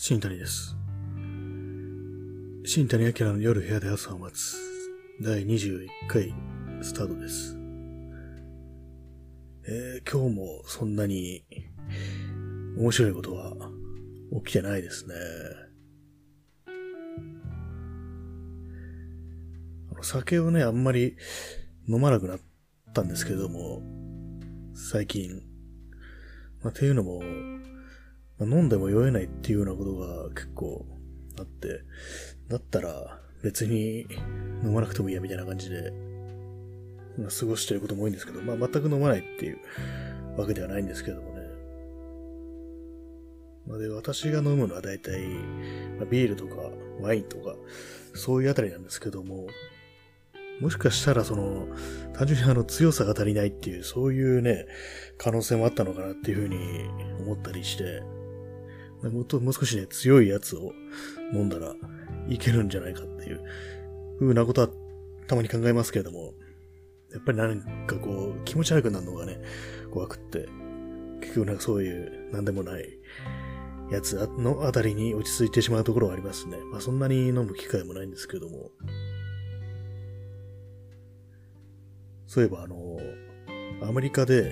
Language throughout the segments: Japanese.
新谷です。新谷明の夜部屋で朝を待つ第21回スタートです。今日もそんなに面白いことは起きてないですね。酒をね、あんまり飲まなくなったんですけども、最近。っていうのも、飲んでも酔えないっていうようなことが結構あって、だったら別に飲まなくてもいいやみたいな感じで、過ごしてることも多いんですけど、全く飲まないっていうわけではないんですけどもね。で、私が飲むのは大体、ビールとかワインとか、そういうあたりなんですけども、もしかしたら単純に強さが足りないっていう、そういうね、可能性もあったのかなっていうふうに思ったりして、もう少しね、強いやつを飲んだらいけるんじゃないかっていう風なことはたまに考えますけれども、やっぱりなんか気持ち悪くなるのがね、怖くって、結局そういうなんでもないやつのあたりに落ち着いてしまうところはありますね。そんなに飲む機会もないんですけども。そういえばアメリカって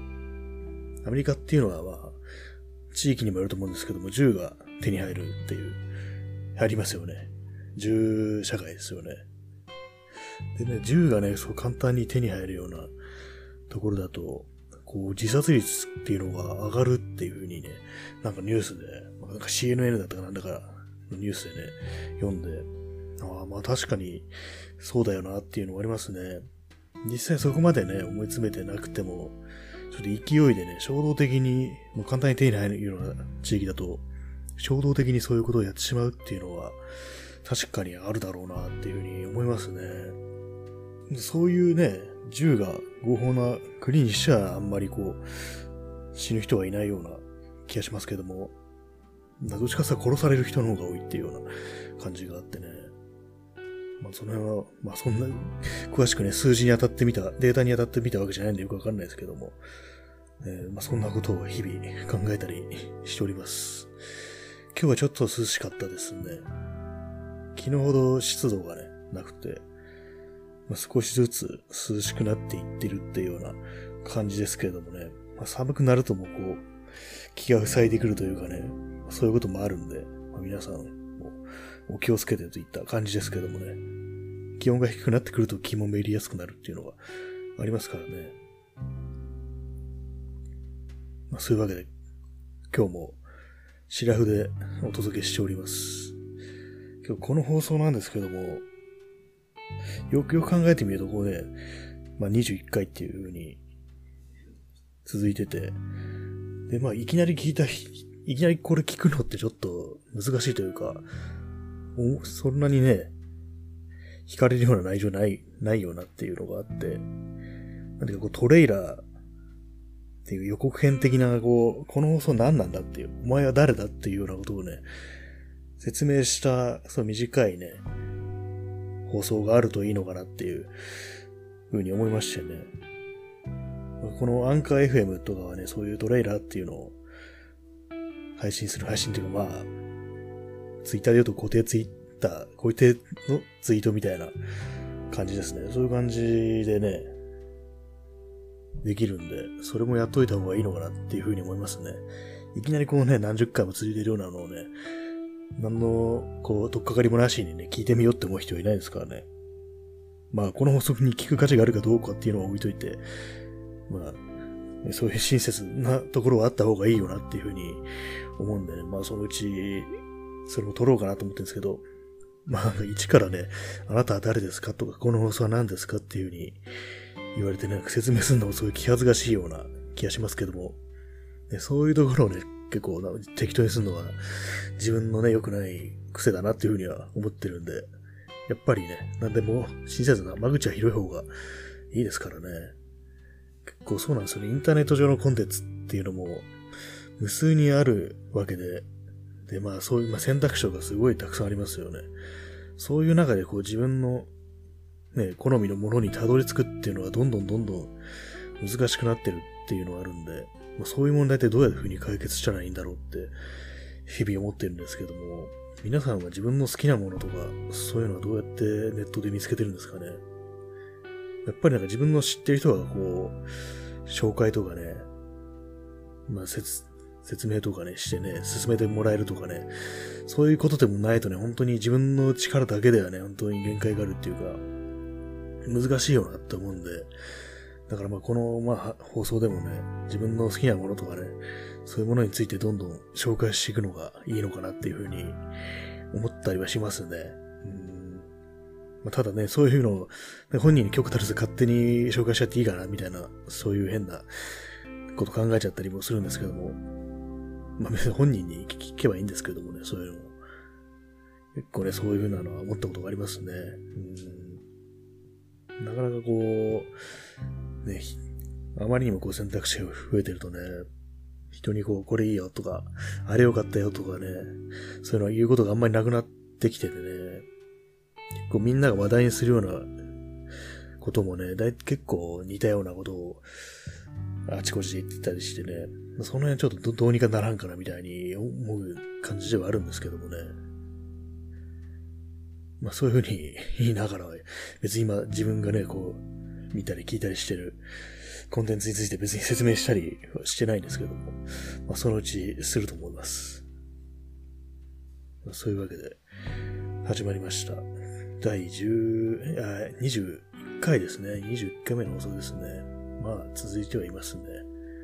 いうのは地域にもよると思うんですけども、銃が手に入るっていう、ありますよね。銃社会ですよね。でね、銃がね、そう簡単に手に入るようなところだと、自殺率っていうのが上がるっていう風にね、なんかニュースで、なんか CNN だったかなんだかのニュースでね、読んで、確かにそうだよなっていうのがありますね。実際そこまでね、思い詰めてなくても、ちょっと勢いでね、衝動的に、もう簡単に手に入るような地域だと、衝動的にそういうことをやってしまうっていうのは、確かにあるだろうなっていうふうに思いますね。そういうね、銃が合法な国にしちゃあんまり死ぬ人はいないような気がしますけども、どっちかさ殺される人の方が多いっていうような感じがあってね。その辺は、そんな、詳しくね、数字に当たってみた、データに当たってみたわけじゃないんでよくわかんないですけども、そんなことを日々考えたりしております。今日はちょっと涼しかったですね。昨日ほど湿度がね、なくて、少しずつ涼しくなっていってるっていうような感じですけれどもね、寒くなるとも気が塞いでくるというかね、そういうこともあるんで、皆さんもお気をつけてといった感じですけどもね、気温が低くなってくると気もめりやすくなるっていうのがありますからね。そういうわけで、今日もシラフでお届けしております。今日この放送なんですけども、よくよく考えてみると21回っていう風に続いてて、で、いきなりこれ聞くのってちょっと難しいというか、そんなにね、惹かれるような内情ないよなっていうのがあって、なんていうかトレーラーっていう予告編的なこの放送何なんだっていう、お前は誰だっていうようなことをね、説明した短いね、放送があるといいのかなっていう風に思いましてね。このアンカー FM とかはね、そういうトレーラーっていうのを配信っていうかツイッターで言うと固定のツイートみたいな感じですね。そういう感じでね、できるんで、それもやっといた方がいいのかなっていう風に思いますね。いきなり何十回も続いてるようなのをね、何の、とっかかりもなしにね、聞いてみようって思う人はいないですからね。この放送に聞く価値があるかどうかっていうのは置いといて、そういう親切なところはあった方がいいよなっていうふうに思うんでね、そのうち、それも撮ろうかなと思ってるんですけど、一からね、あなたは誰ですかとか、この放送は何ですかっていうふうに言われて説明するのもすごい気恥ずかしいような気がしますけども、そういうところをね、結構適当にするのは自分のね、良くない癖だなっていうふうには思ってるんで、やっぱりね、なんでも親切な間口は広い方がいいですからね。結構そうなんですよね。インターネット上のコンテンツっていうのも無数にあるわけで、そういう選択肢がすごいたくさんありますよね。そういう中で自分のね、好みのものにたどり着くっていうのはどんどん難しくなってるっていうのがあるんで、そういう問題ってどういう風に解決したらいいんだろうって日々思ってるんですけども、皆さんは自分の好きなものとか、そういうのはどうやってネットで見つけてるんですかね。やっぱりなんか自分の知ってる人がこう、紹介とかね、まあ説明とかねしてね、進めてもらえるとかね、そういうことでもないとね、本当に自分の力だけではね、本当に限界があるっていうか、難しいよなって思うんで、だからまあこの放送でもね、自分の好きなものとかね、そういうものについてどんどん紹介していくのがいいのかなっていうふうに思ったりはしますね。まあ、ただね、そういうのを、ね、本人に許可取らず勝手に紹介しちゃっていいかなみたいな、そういう変なこと考えちゃったりもするんですけども、まあ別に本人に聞けばいいんですけどもね、そういうのも。結構ね、そういうふうなのは思ったことがありますね。なかなかこう、ね、あまりにもこう選択肢が増えてるとね、人にこう、これいいよとか、あれよかったよとかね、そういうのは言うことがあんまりなくなってきててね、結構みんなが話題にするようなこともね、結構似たようなことをあちこちで言ってたりしてね、その辺ちょっとどうにかならんかなみたいに思う感じではあるんですけどもね。まあそういうふうに言いながら、別に今自分がね、こう、見たり聞いたりしてるコンテンツについて別に説明したりはしてないんですけども、まあそのうちすると思います。まあ、そういうわけで、始まりました。第21回ですね。21回目の放送ですね。まあ続いてはいますね。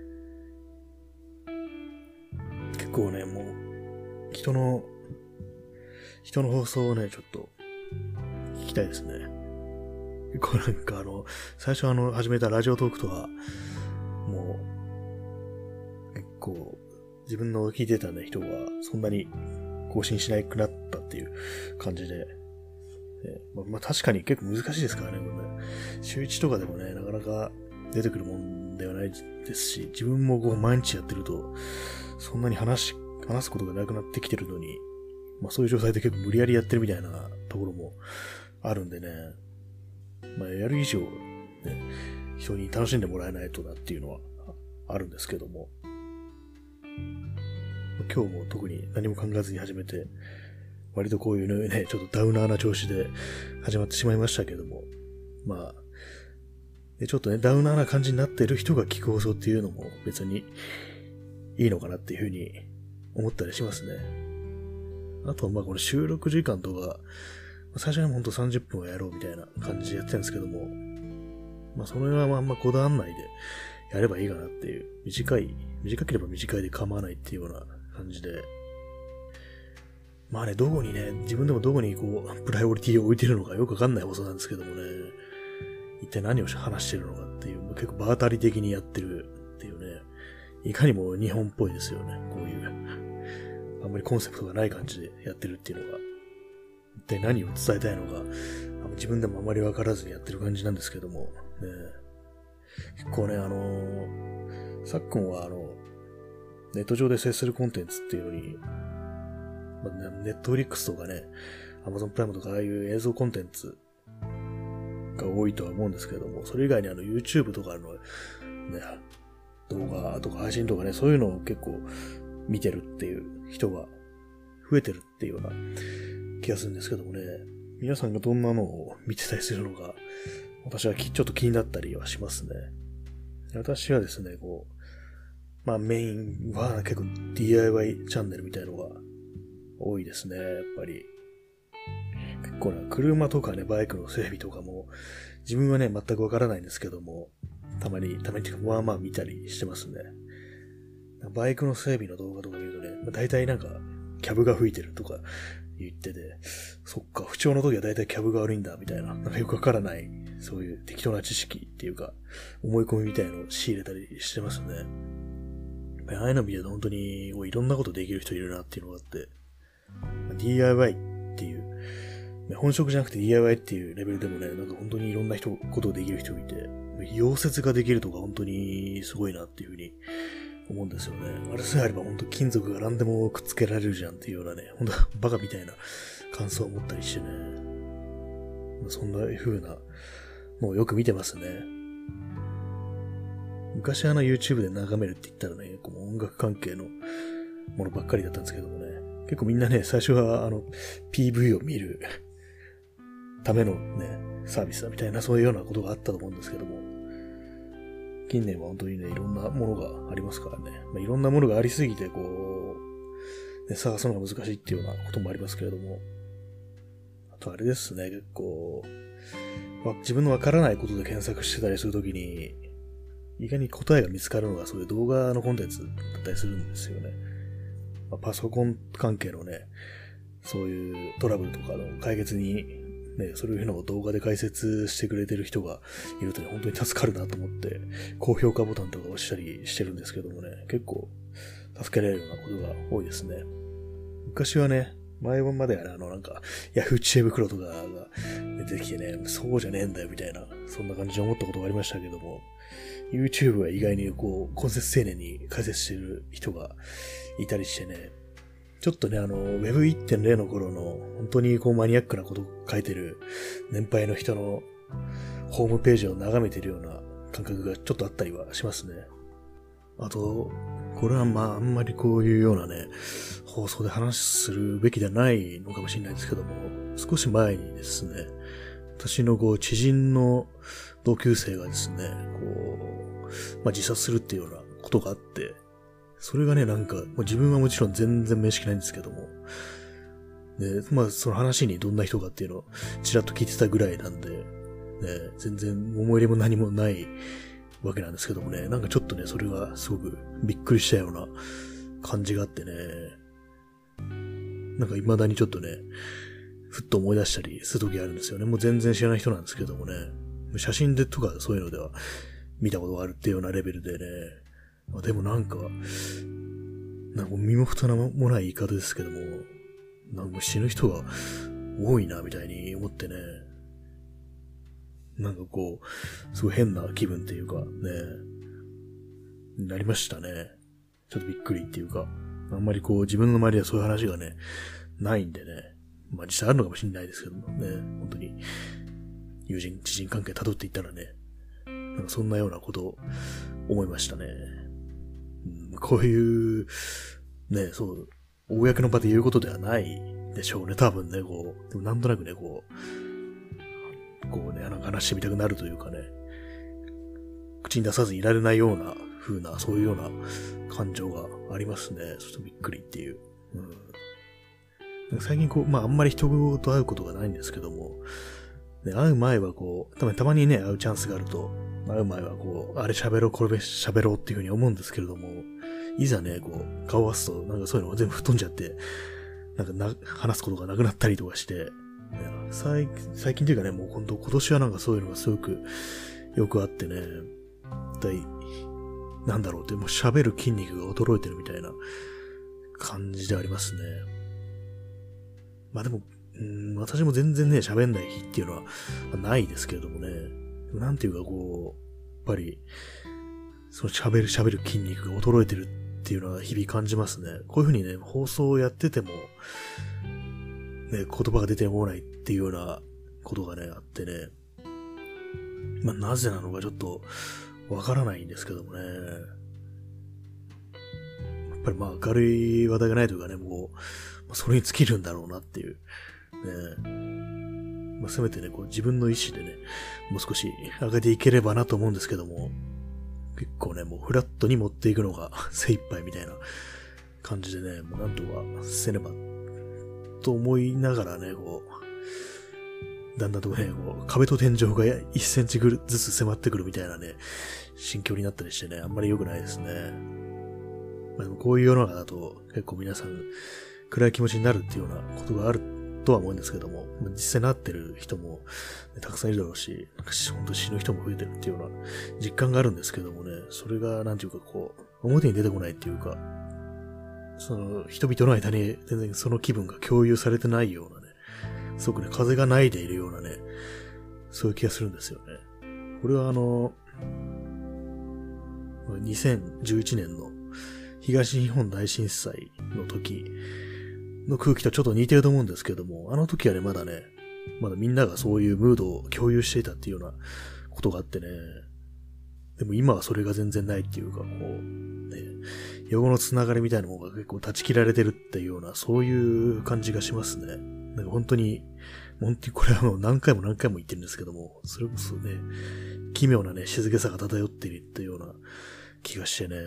結構ね、もう、人の放送をね、ちょっと、聞きたいですね。これなんか最初始めたラジオトークとは、もう、結構、自分の聞いてたね、人がそんなに更新しなくなったっていう感じで、まあ確かに結構難しいですからね、これね。週1とかでもね、なかなか出てくるもんではないですし、自分もこう毎日やってると、そんなに話すことがなくなってきてるのに、まあそういう状態で結構無理やりやってるみたいなところもあるんでね、まあやる以上、ね、人に楽しんでもらえないとなっていうのはあるんですけども、今日も特に何も考えずに始めて、割とこういうね、ちょっとダウナーな調子で始まってしまいましたけども、まあ、ちょっとね、ダウナーな感じになっている人が聞く放送っていうのも別にいいのかなっていうふうに思ったりしますね。あとはまあこれ収録時間とか、最初にほんと30分はやろうみたいな感じでやってたんですけども、まあその辺はあんまこだわんないでやればいいかなっていう、短ければ短いで構わないっていうような感じで、まあね、自分でもどこにこう、プライオリティを置いてるのかよくわかんない放送なんですけどもね、一体何を話してるのかっていう、結構場当たり的にやってるっていうね、いかにも日本っぽいですよね、こういう。あんまりコンセプトがない感じでやってるっていうのが、一体何を伝えたいのか、自分でもあまりわからずにやってる感じなんですけども、ね、結構ね、昨今はネット上で接するコンテンツっていうのに、ネットフリックスとかね、アマゾンプライムとかああいう映像コンテンツが多いとは思うんですけども、それ以外にYouTube とかのね、動画とか配信とかね、そういうのを結構見てるっていう人が増えてるっていうような気がするんですけどもね、皆さんがどんなのを見てたりするのか、私はちょっと気になったりはしますね。私はですね、こう、まあメインは結構 DIY チャンネルみたいなのが多いですね、やっぱり。結構ね、車とかね、バイクの整備とかも、自分はね、全くわからないんですけども、たまにっていうか、まあ見たりしてますね。バイクの整備の動画とか見るとね、大体なんか、キャブが吹いてるとか言ってて、そっか、不調の時は大体キャブが悪いんだ、みたいな、なんかよくわからない、そういう適当な知識っていうか、思い込みみたいのを仕入れたりしてますね。ああいうの見ると本当に、いろんなことできる人いるなっていうのがあって、DIY っていう、本職じゃなくて DIY っていうレベルでもね、なんか本当にいろんなことをできる人がいて、溶接ができるとか本当にすごいなっていうふうに思うんですよね。あれさえあれば本当金属が何でもくっつけられるじゃんっていうようなね、本当バカみたいな感想を持ったりしてね。そんな風なのをよく見てますね。昔YouTube で眺めるって言ったらね、こう音楽関係のものばっかりだったんですけどもね、 結構みんなね、最初はPV を見るためのね、サービスだみたいな、そういうようなことがあったと思うんですけども、近年は本当にね、いろんなものがありますからね。いろんなものがありすぎて、ね、探すのが難しいっていうようなこともありますけれども、あとあれですね、結構、自分のわからないことで検索してたりするときに、意外に答えが見つかるのがそういう動画のコンテンツだったりするんですよね。パソコン関係のね、そういうトラブルとかの解決に、ね、そういうのを動画で解説してくれてる人がいるとね、本当に助かるなと思って、高評価ボタンとか押したりしてるんですけどもね、結構助けられるようなことが多いですね。昔はね、前まではなんか、ヤフー知恵袋とかが出てきてね、そうじゃねえんだよみたいな、そんな感じで思ったことがありましたけども、YouTube は意外に根節丁寧に解説してる人がいたりしてね、ちょっとね、Web1.0 の頃の、本当にマニアックなことを書いてる年配の人のホームページを眺めてるような感覚がちょっとあったりはしますね。あと、これはあんまりこういうようなね、放送で話するべきではないのかもしれないですけども、少し前にですね、私の知人の同級生がですね、自殺するっていうようなことがあって、それがね、なんか、自分はもちろん全然面識ないんですけども、で、その話にどんな人かっていうのをちらっと聞いてたぐらいなんで、ね、全然思い入れも何もないわけなんですけどもね、なんかちょっとね、それがすごくびっくりしたような感じがあってね、なんか未だにちょっとね、ふっと思い出したりするときあるんですよね。もう全然知らない人なんですけどもね、写真でとかそういうのでは見たことがあるっていうようなレベルでね、でもなんか身も蓋もない言い方ですけども、なんか死ぬ人が多いなみたいに思ってね、なんかすごい変な気分っていうかね、なりましたね。ちょっとびっくりっていうか、あんまり自分の周りではそういう話がね、ないんでね、実際あるのかもしれないですけどもね、本当に友人、知人関係辿っていったらね、なんかそんなようなことを思いましたね。こういう、ね、そう、公の場で言うことではないでしょうね、多分ね、でもなんとなくね、なんか話してみたくなるというかね、口に出さずにいられないような風な、そういうような感情がありますね。ちょっとびっくりっていう。最近あんまり人と会うことがないんですけども、ね、会う前はたまにね、会うチャンスがあると、会う前はあれ喋ろう、これ喋ろうっていう風に思うんですけれども、いざね、顔を合わすと、なんかそういうのが全部吹っ飛んじゃって、なんか話すことがなくなったりとかして、最近というかね、もう今年はなんかそういうのがすごくよくあってね、なんだろうって、もう喋る筋肉が衰えてるみたいな感じでありますね。でも、私も全然ね、喋んない日っていうのはないですけれどもね、なんていうかやっぱり、その喋る筋肉が衰えてるっていうのは日々感じますね。こういう風にね、放送をやってても、ね、言葉が出てこないっていうようなことがね、あってね。なぜなのかちょっとわからないんですけどもね。やっぱり明るい話題がないというかね、それに尽きるんだろうなっていう。ね。せめてね、自分の意志でね、もう少し上げていければなと思うんですけども、結構ね、もうフラットに持っていくのが精一杯みたいな感じでね、なんとかせねばと思いながらね、だんだんとね、壁と天井が1センチずつ迫ってくるみたいなね、心境になったりしてね、あんまり良くないですね。でもこういう世の中だと結構皆さん暗い気持ちになるっていうようなことがあるとは思うんですけども、実際なってる人も、ね、たくさんいるだろうし、本当に死ぬ人も増えてるっていうような実感があるんですけどもね、それがなんていうか表に出てこないっていうか、その人々の間に全然その気分が共有されてないようなね、すごくね、風がないでいるようなね、そういう気がするんですよね。これは2011年の東日本大震災の時の空気とちょっと似てると思うんですけども、あの時はね、まだみんながそういうムードを共有していたっていうようなことがあってね、 でも今はそれが全然ないっていうか、こう、ね、横のつながりみたいなものが結構断ち切られてるっていうような、そういう感じがしますね。なんか本当にこれはもう何回も言ってるんですけども、それこそね、奇妙なね、静けさが漂っているっていうような気がしてね。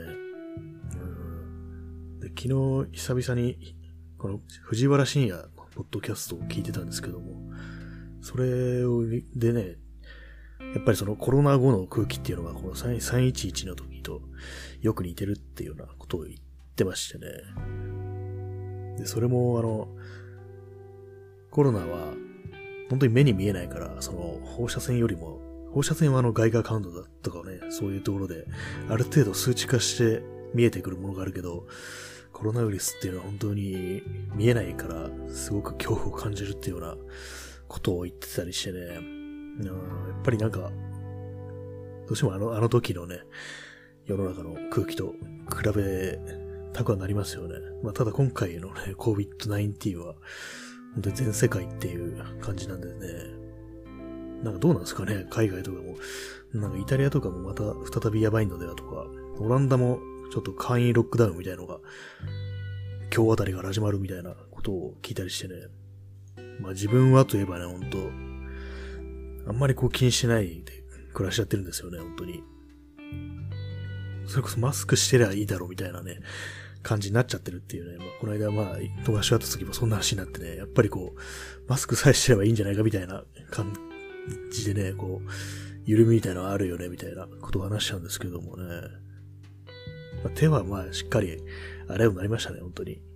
で昨日久々に、この藤原信也のポッドキャストを聞いてたんですけども、それでね、やっぱりそのコロナ後の空気っていうのがこの311の時とよく似てるっていうようなことを言ってましてね。で、それもコロナは本当に目に見えないから、その放射線は外貨カウントだとかね、そういうところである程度数値化して見えてくるものがあるけど、コロナウイルスっていうのは本当に見えないからすごく恐怖を感じるっていうようなことを言ってたりしてね。やっぱりなんか、どうしてもあの時のね、世の中の空気と比べたくはなりますよね。まあ、ただ今回のね、COVID-19 は、本当に全世界っていう感じなんでね。なんかどうなんですかね、海外とかも。なんかイタリアとかもまた再びやばいのではとか、オランダもちょっと簡易ロックダウンみたいなのが、今日あたりから始まるみたいなことを聞いたりしてね。まあ自分はといえばね、本当あんまりこう気にしてないで暮らしちゃってるんですよね、本当に。それこそマスクしてりゃいいだろうみたいなね、感じになっちゃってるっていうね。まあ、この間友達と会った時もそんな話になってね、やっぱりこう、マスクさえしてればいいんじゃないかみたいな感じでね、こう、緩みみたいなのがあるよね、みたいなことを話しちゃうんですけどもね。まあ、手はしっかり洗うようになりましたね、本当に。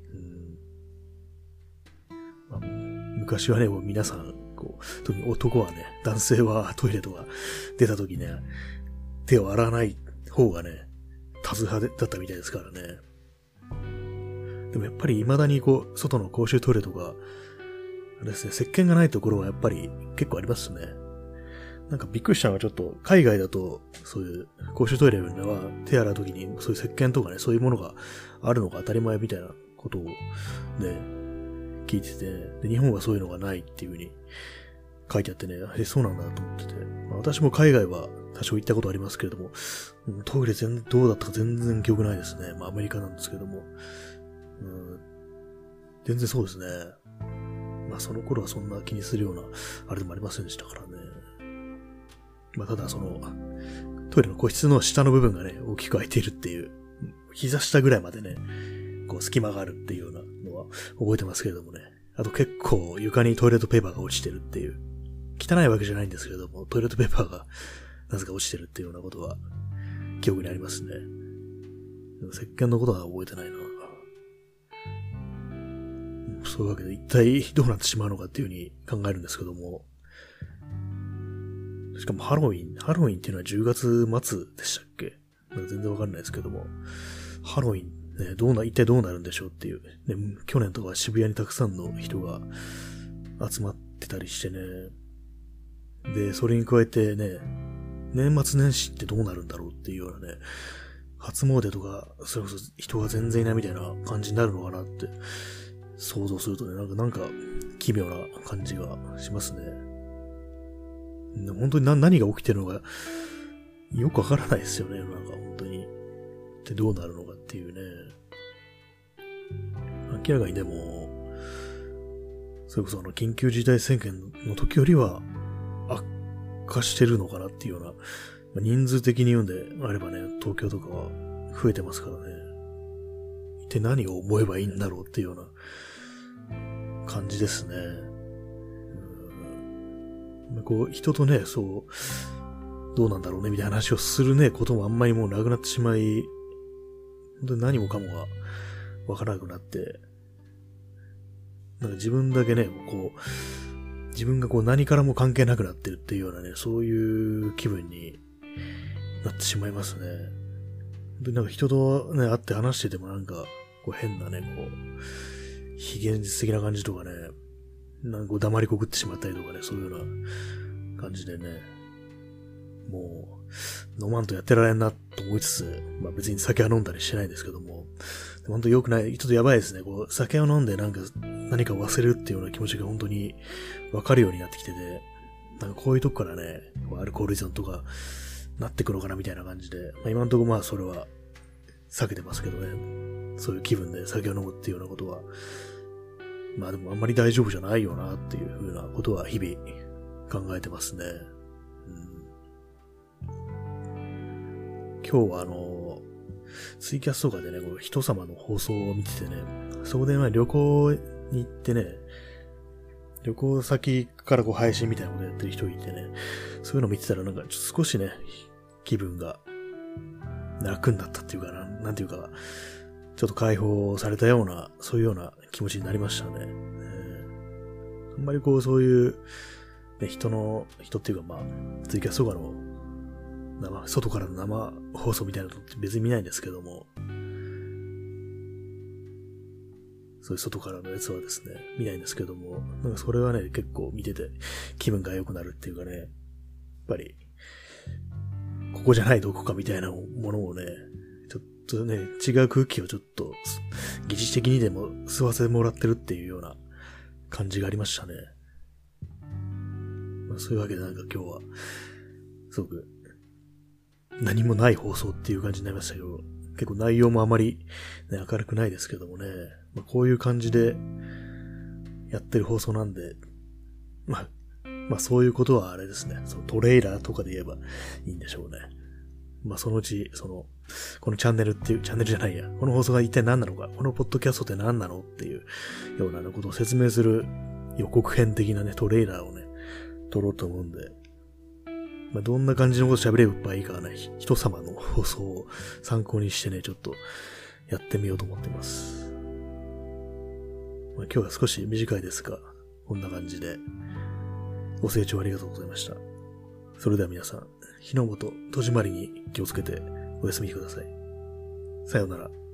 まあ、昔はね、もう皆さん、こう、特に男はね、男性はトイレとか出た時ね、手を洗わない方がね、多数派だったみたいですからね。でもやっぱり未だにこう、外の公衆トイレとか、あれですね、石鹸がないところはやっぱり結構ありますね。なんかびっくりしたのがちょっと、海外だと、そういう公衆トイレでは手洗うときにそういう石鹸とかね、そういうものがあるのが当たり前みたいなことをね、聞いてて、で日本はそういうのがないっていう風に書いてあってね、そうなんだと思ってて、まあ、私も海外は多少行ったことありますけれども、トイレどうだったか全然記憶ないですね。まあアメリカなんですけども。全然そうですね。まあその頃はそんな気にするようなあれでもありませんでしたからね。まあただそのトイレの個室の下の部分がね大きく開いているっていう膝下ぐらいまでねこう隙間があるっていうようなのは覚えてますけれどもね。あと結構床にトイレットペーパーが落ちてるっていう汚いわけじゃないんですけれどもトイレットペーパーがなぜか落ちてるっていうようなことは記憶にありますね。でも石鹸のことは覚えてないな。そういうわけで一体どうなってしまうのかっていう風に考えるんですけども。しかもハロウィンっていうのは10月末でしたっけ？全然わかんないですけども。ハロウィンね、一体どうなるんでしょうっていう。ね、去年とか渋谷にたくさんの人が集まってたりしてね。で、それに加えてね、年末年始ってどうなるんだろうっていうようなね、初詣とか、それこそ人が全然いないみたいな感じになるのかなって想像するとね、なんか奇妙な感じがしますね。本当に何が起きてるのかよくわからないですよね、なんか本当に。ってどうなるのかっていうね。明らかにでも、それこそ緊急事態宣言の時よりは悪化してるのかなっていうような、人数的に言うんであればね、東京とかは増えてますからね。一体何を思えばいいんだろうっていうような感じですね。こう、人とね、そう、どうなんだろうねみたいな話をするね、こともあんまりもうなくなってしまい、本当に何もかもがわからなくなって、なんか自分だけね、こう、自分がこう何からも関係なくなってるっていうようなね、そういう気分になってしまいますね。で、なんか人とね、会って話しててもなんか、こう変なね、こう、非現実的な感じとかね、なんかこう黙りこくってしまったりとかね、そういうような感じでね、もう、飲まんとやってられんなと思いつつ、まあ別に酒は飲んだりしてないんですけども、本当良くない、ちょっとやばいですね。こう、酒を飲んでなんか何か忘れるっていうような気持ちが本当にわかるようになってきてて、なんかこういうとこからね、アルコール依存とか、 なってくのかなみたいな感じで、今のところまあそれは避けてますけどね。そういう気分で酒を飲むっていうようなことは、まあでもあんまり大丈夫じゃないよなっていうふうなことは日々考えてますね。今日はツイキャスとかでね、こう人様の放送を見ててね、そこで旅行に行ってね、旅行先からこう配信みたいなことやってる人いてね、そういうの見てたらなんか少しね、気分が楽になったっていうかなんていうか、ちょっと解放されたような、そういうような気持ちになりましたね。あんまりこうそういう、ね、人っていうかまあ、ツイキャスとかの外からの生放送みたいなのって別に見ないんですけども、そういう外からのやつはですね、見ないんですけども、なんかそれはね、結構見てて気分が良くなるっていうかね、やっぱり、ここじゃないどこかみたいなものをね、ちょっとね、違う空気をちょっと、疑似的にでも吸わせてもらってるっていうような感じがありましたね。まあ、そういうわけでなんか今日は、すごく、何もない放送っていう感じになりましたけど、結構内容もあまり、ね、明るくないですけどもね、まあ、こういう感じでやってる放送なんで、まあそういうことはあれですね、そのトレーラーとかで言えばいいんでしょうね。まあそのうち、このチャンネルじゃないや、この放送が一体何なのか、このポッドキャストって何なのっていうようなことを説明する予告編的なね、トレーラーをね、撮ろうと思うんで、まあ、どんな感じのこと喋ればいいかはね、人様の放送を参考にしてね、ちょっとやってみようと思っています。まあ、今日は少し短いですが、こんな感じでご清聴ありがとうございました。それでは皆さん、火の元、戸締まりに気をつけてお休みください。さようなら。